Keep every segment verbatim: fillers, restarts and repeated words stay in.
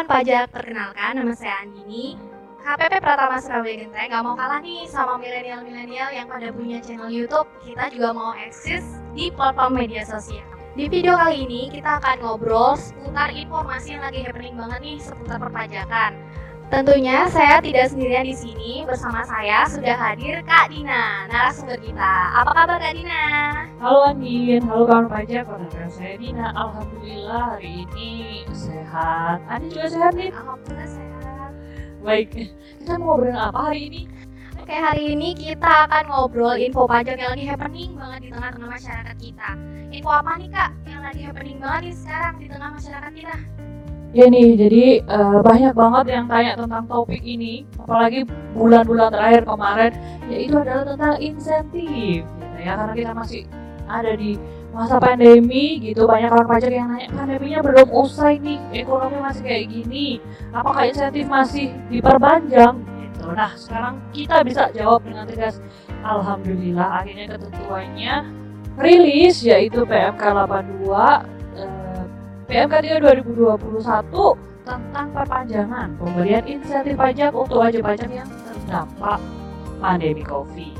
kawan pajak, perkenalkan nama saya Andini. K P P Pratama Surabaya Genteng gak mau kalah nih sama milenial-milenial yang pada punya channel YouTube. Kita juga mau eksis di platform media sosial. Di video kali ini kita akan ngobrol seputar informasi yang lagi happening banget nih seputar perpajakan. Tentunya saya tidak sendirian di sini, bersama saya sudah hadir Kak Dina, narasumber kita. Apa kabar Kak Dina? Halo Andin, halo kawan pajak, perkenalkan saya Dina. Alhamdulillah hari ini sehat. Andi juga sehat nih? Alhamdulillah sehat. Baik, kita mau ngobrolin apa hari ini? Oke, hari ini kita akan ngobrol info pajak yang lagi happening banget di tengah-tengah masyarakat kita. Info apa nih Kak yang lagi happening banget nih sekarang di tengah masyarakat kita? Ya nih, jadi uh, banyak banget yang tanya tentang topik ini, apalagi bulan-bulan terakhir kemarin, yaitu adalah tentang insentif, gitu ya, karena kita masih ada di masa pandemi gitu. Banyak orang pajak yang nanya, pandeminya belum usai nih, ekonomi masih kayak gini, apakah insentif masih diperpanjang gitu. Nah, sekarang kita bisa jawab dengan tegas, alhamdulillah akhirnya ketentuannya rilis, yaitu P M K delapan puluh dua eh, P M K tiga dua ribu dua puluh satu tentang perpanjangan pemberian insentif pajak untuk wajib pajak yang terdampak pandemi Covid.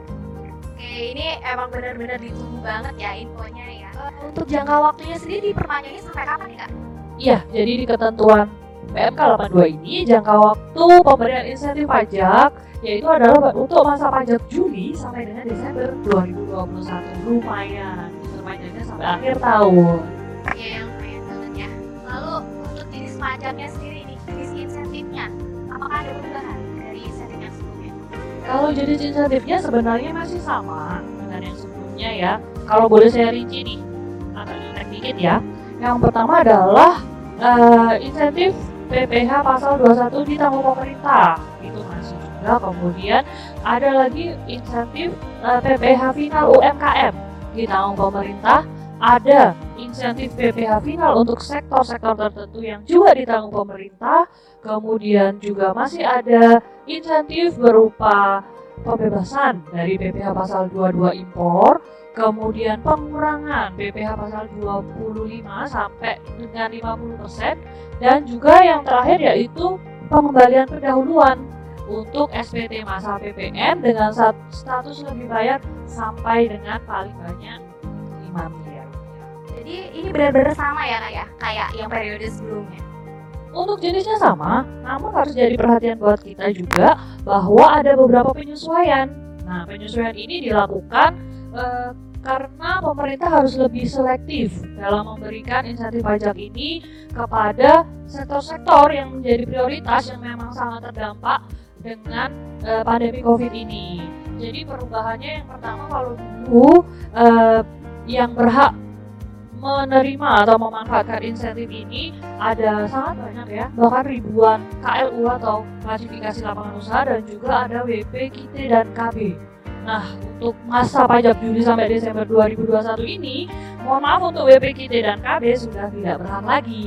Oke, ini emang benar-benar ditunggu banget ya infonya ya. Untuk jangka waktunya sendiri diperpanjangnya sampai kapan nih Kak? Iya, jadi di ketentuan P M K delapan puluh dua ini jangka waktu pemberian insentif pajak yaitu adalah untuk masa pajak Juli sampai dengan Desember dua ribu dua puluh satu. Lumayan, diperpanjangnya sampai akhir tahun. Iya, lumayan banget ya. Lalu untuk jenis pajaknya sendiri nih, jenis insentifnya, apakah ada perubahan dari insentif yang sebelumnya? Kalau jenis insentifnya sebenarnya masih sama dengan yang sebelumnya ya. Kalau boleh saya rinci nih, agak nyontek dikit ya. Yang pertama adalah uh, insentif P P H pasal dua puluh satu ditanggung pemerintah, itu masih juga. Kemudian ada lagi insentif uh, P P H final U M K M ditanggung pemerintah. Ada insentif P P H final untuk sektor-sektor tertentu yang juga ditanggung pemerintah. Kemudian juga masih ada insentif berupa pembebasan dari P P H pasal dua puluh dua impor, kemudian pengurangan P P H pasal dua puluh lima sampai dengan lima puluh persen, dan juga yang terakhir yaitu pengembalian pendahuluan untuk S P T masa P P N dengan status lebih bayar sampai dengan paling banyak lima miliar. Jadi ini benar-benar sama ya Kak ya, kayak yang periode sebelumnya. Untuk jenisnya sama, namun harus jadi perhatian buat kita juga bahwa ada beberapa penyesuaian. Nah, penyesuaian ini dilakukan eh, karena pemerintah harus lebih selektif dalam memberikan insentif pajak ini kepada sektor-sektor yang menjadi prioritas yang memang sangat terdampak dengan eh, pandemi Covid ini. Jadi perubahannya yang pertama, kalau dulu eh, yang berhak menerima atau memanfaatkan insentif ini ada sangat banyak ya, bahkan ribuan K L U atau klasifikasi lapangan usaha, dan juga ada W P, K T, dan K B. Nah, untuk masa pajak Juli sampai Desember dua ribu dua puluh satu ini, mohon maaf, untuk W P, K T, dan K B sudah tidak berhak lagi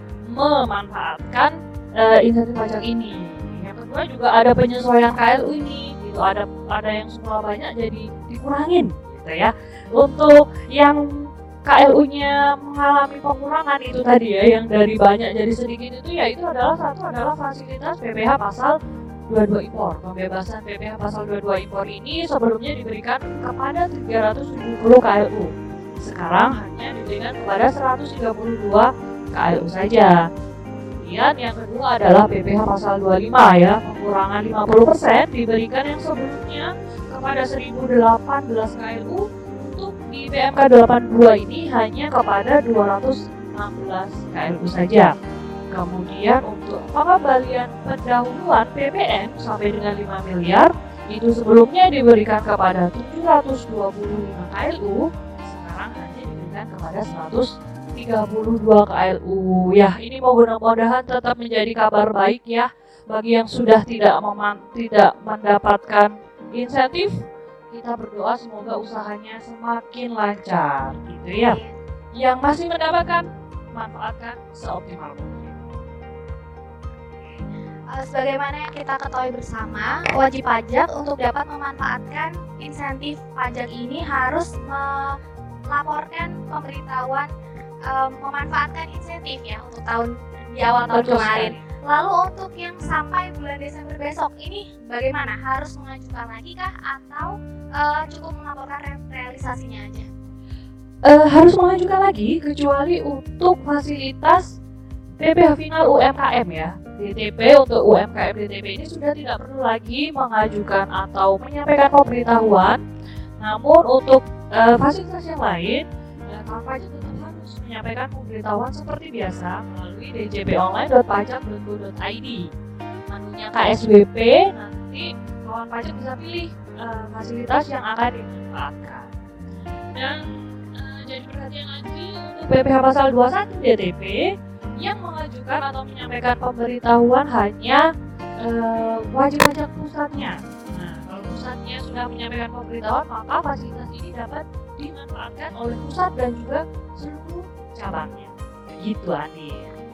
memanfaatkan uh, insentif pajak ini. Yang kedua juga ada penyesuaian K L U ini, gitu. Ada ada yang semula banyak jadi dikurangin, gitu ya. Untuk yang K L U-nya mengalami pengurangan itu tadi ya, yang dari banyak jadi sedikit itu ya, itu adalah satu adalah fasilitas P P H pasal dua puluh dua impor. Pembebasan P P H pasal dua puluh dua impor ini sebelumnya diberikan kepada tiga ratus tujuh puluh K L U. Sekarang hanya diberikan kepada seratus tiga puluh dua K L U saja. Kemudian yang kedua adalah P P H pasal dua puluh lima ya, pengurangan lima puluh persen diberikan yang sebelumnya kepada seribu delapan belas K L U. Di P M K delapan puluh dua ini hanya kepada dua ratus enam belas K L U saja. Kemudian untuk pengembalian pendahuluan P P N sampai dengan lima miliar, itu sebelumnya diberikan kepada tujuh ratus dua puluh lima K L U, sekarang hanya diberikan kepada seratus tiga puluh dua K L U. Ya, ini mudah-mudahan tetap menjadi kabar baik ya bagi yang sudah tidak meman- tidak mendapatkan insentif. Kita berdoa semoga usahanya semakin lancar, gitu ya. Yang masih mendapatkan, manfaatkan seoptimal mungkin. Sebagaimana yang kita ketahui bersama, wajib pajak untuk dapat memanfaatkan insentif pajak ini harus melaporkan pemberitahuan um, memanfaatkan insentif ya untuk tahun di awal tahun Betul kemarin. sekali. Lalu untuk yang sampai bulan Desember besok ini bagaimana? Harus mengajukan lagi kah atau uh, cukup melaporkan re- realisasinya aja? Uh, harus mengajukan lagi kecuali untuk fasilitas P P H final U M K M ya. D T P untuk U M K M D T P ini sudah tidak perlu lagi mengajukan atau menyampaikan pemberitahuan. Namun untuk uh, fasilitas yang lain, uh, kawan pajak tetap harus menyampaikan pemberitahuan seperti biasa melalui d j p online dot pajak dot go dot i d. Menunya K S W P, nanti kawan pajak bisa pilih uh, fasilitas yang akan dimanfaatkan. Dan uh, jadi perhatian lagi untuk P P H pasal dua puluh satu D T P yang mengajukan atau menyampaikan pemberitahuan hanya uh, wajib pajak pusatnya. Nah, kalau pusatnya sudah menyampaikan pemberitahuan, maka fasilitas ini dapat dimanfaatkan oleh pusat dan juga seluruh cabangnya. Begitu, Andi.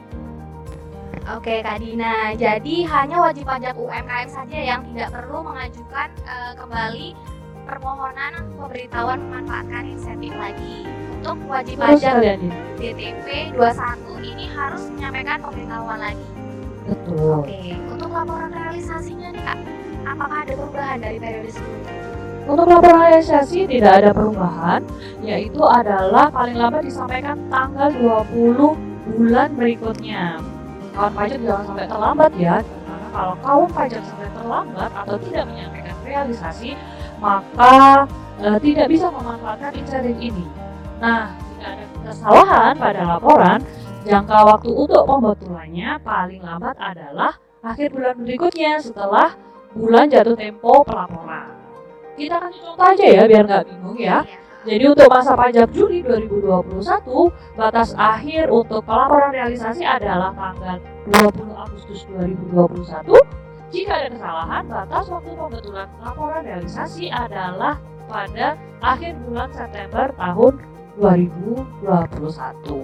Oke Kak Dina, jadi hanya wajib pajak U M K M saja yang tidak perlu mengajukan uh, kembali permohonan pemberitahuan memanfaatkan insentif lagi. Untuk wajib Terus pajak kalian ini. D T P dua puluh satu ini harus menyampaikan pemberitahuan lagi. Betul. Oke, untuk laporan realisasinya nih Kak, apakah ada perubahan dari periode sebelumnya? Untuk laporan realisasi tidak ada perubahan, yaitu adalah paling lambat disampaikan tanggal dua puluh bulan berikutnya. Kawan pajak jangan sampai terlambat ya, karena kalau kawan pajak sampai terlambat atau tidak menyampaikan realisasi, maka e, tidak bisa memanfaatkan insentif ini. Nah, jika ada kesalahan pada laporan, jangka waktu untuk pembetulannya paling lambat adalah akhir bulan berikutnya setelah bulan jatuh tempo pelaporan. Kita kasih contoh aja ya biar nggak bingung ya. Jadi untuk masa pajak Juli dua ribu dua puluh satu, batas akhir untuk pelaporan realisasi adalah tanggal dua puluh Agustus dua ribu dua puluh satu. Jika ada kesalahan, batas waktu pembetulan laporan realisasi adalah pada akhir bulan September tahun dua ribu dua puluh satu.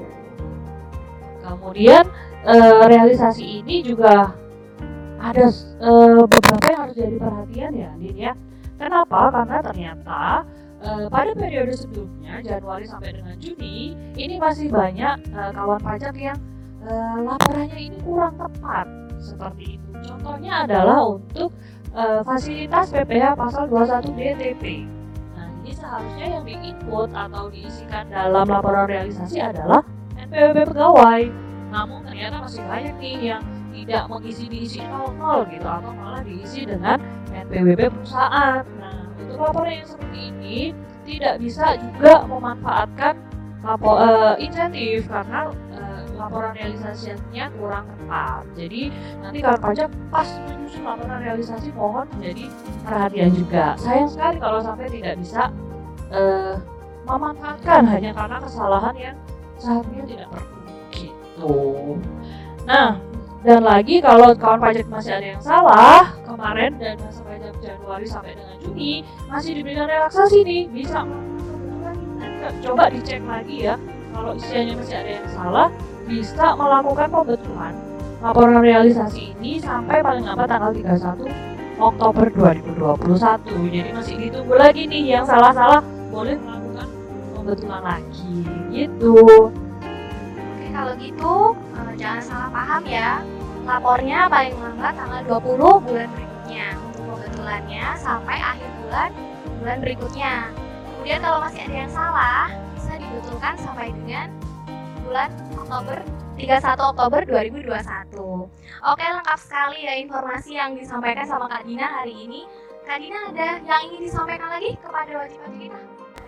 Kemudian eh, realisasi ini juga ada eh, beberapa yang harus jadi perhatian ya, Din ya. Kenapa? Karena ternyata Uh, pada periode sebelumnya, Januari sampai dengan Juni, ini masih banyak uh, kawan pajak yang uh, laporannya ini kurang tepat seperti itu. Contohnya adalah untuk uh, fasilitas P P H pasal dua puluh satu D T P. Nah, ini seharusnya yang di-input atau diisikan dalam laporan realisasi adalah N P W P pegawai. Namun ternyata masih banyak nih yang tidak mengisi diisi nol nol gitu atau malah diisi dengan N P W P perusahaan. Nah, untuk laporan yang seperti ini tidak bisa juga memanfaatkan lapor, uh, insentif karena uh, laporan realisasinya kurang tepat. Jadi nanti kalau pajak pas menyusun laporan realisasi mohon menjadi perhatian juga. Sayang sekali kalau sampai tidak bisa uh, memanfaatkan hanya karena kesalahan yang seharusnya tidak perlu gitu. Nah, dan lagi kalau kawan pajak masih ada yang salah kemarin dan masa pajak Januari sampai dengan Juni masih diberikan relaksasi nih, bisa nanti coba dicek lagi ya. Kalau isiannya masih ada yang salah, bisa melakukan pembetulan laporan realisasi ini sampai paling lambat tanggal tiga puluh satu Oktober dua ribu dua puluh satu. Jadi masih ditunggu lagi nih yang salah-salah boleh melakukan pembetulan lagi gitu. Oke, kalau gitu uh, jangan salah paham ya. Lapornya paling lambat tanggal dua puluh bulan berikutnya untuk pembetulannya sampai akhir bulan bulan berikutnya. Kemudian kalau masih ada yang salah bisa dibetulkan sampai dengan bulan Oktober tiga puluh satu Oktober dua ribu dua puluh satu. Oke, lengkap sekali ya informasi yang disampaikan sama Kak Dina hari ini. Kak Dina ada yang ingin disampaikan lagi kepada wajib pajak kita?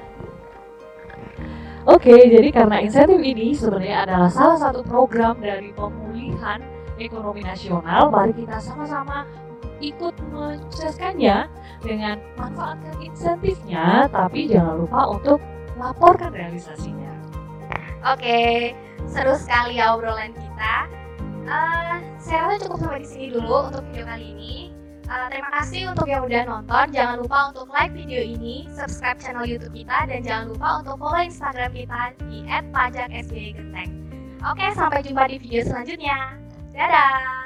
Oke, jadi karena insentif ini sebenarnya adalah salah satu program dari pemulihan ekonomi nasional, mari kita sama-sama ikut mensukseskannya dengan manfaatkan insentifnya, tapi jangan lupa untuk laporkan realisasinya. Oke, seru sekali ya obrolan kita. Uh, saya rasa cukup sampai di sini dulu untuk video kali ini. Uh, terima kasih untuk yang udah nonton. Jangan lupa untuk like video ini, subscribe channel YouTube kita, dan jangan lupa untuk follow Instagram kita di et pajak s b y genteng. Oke, sampai jumpa di video selanjutnya. Dadah!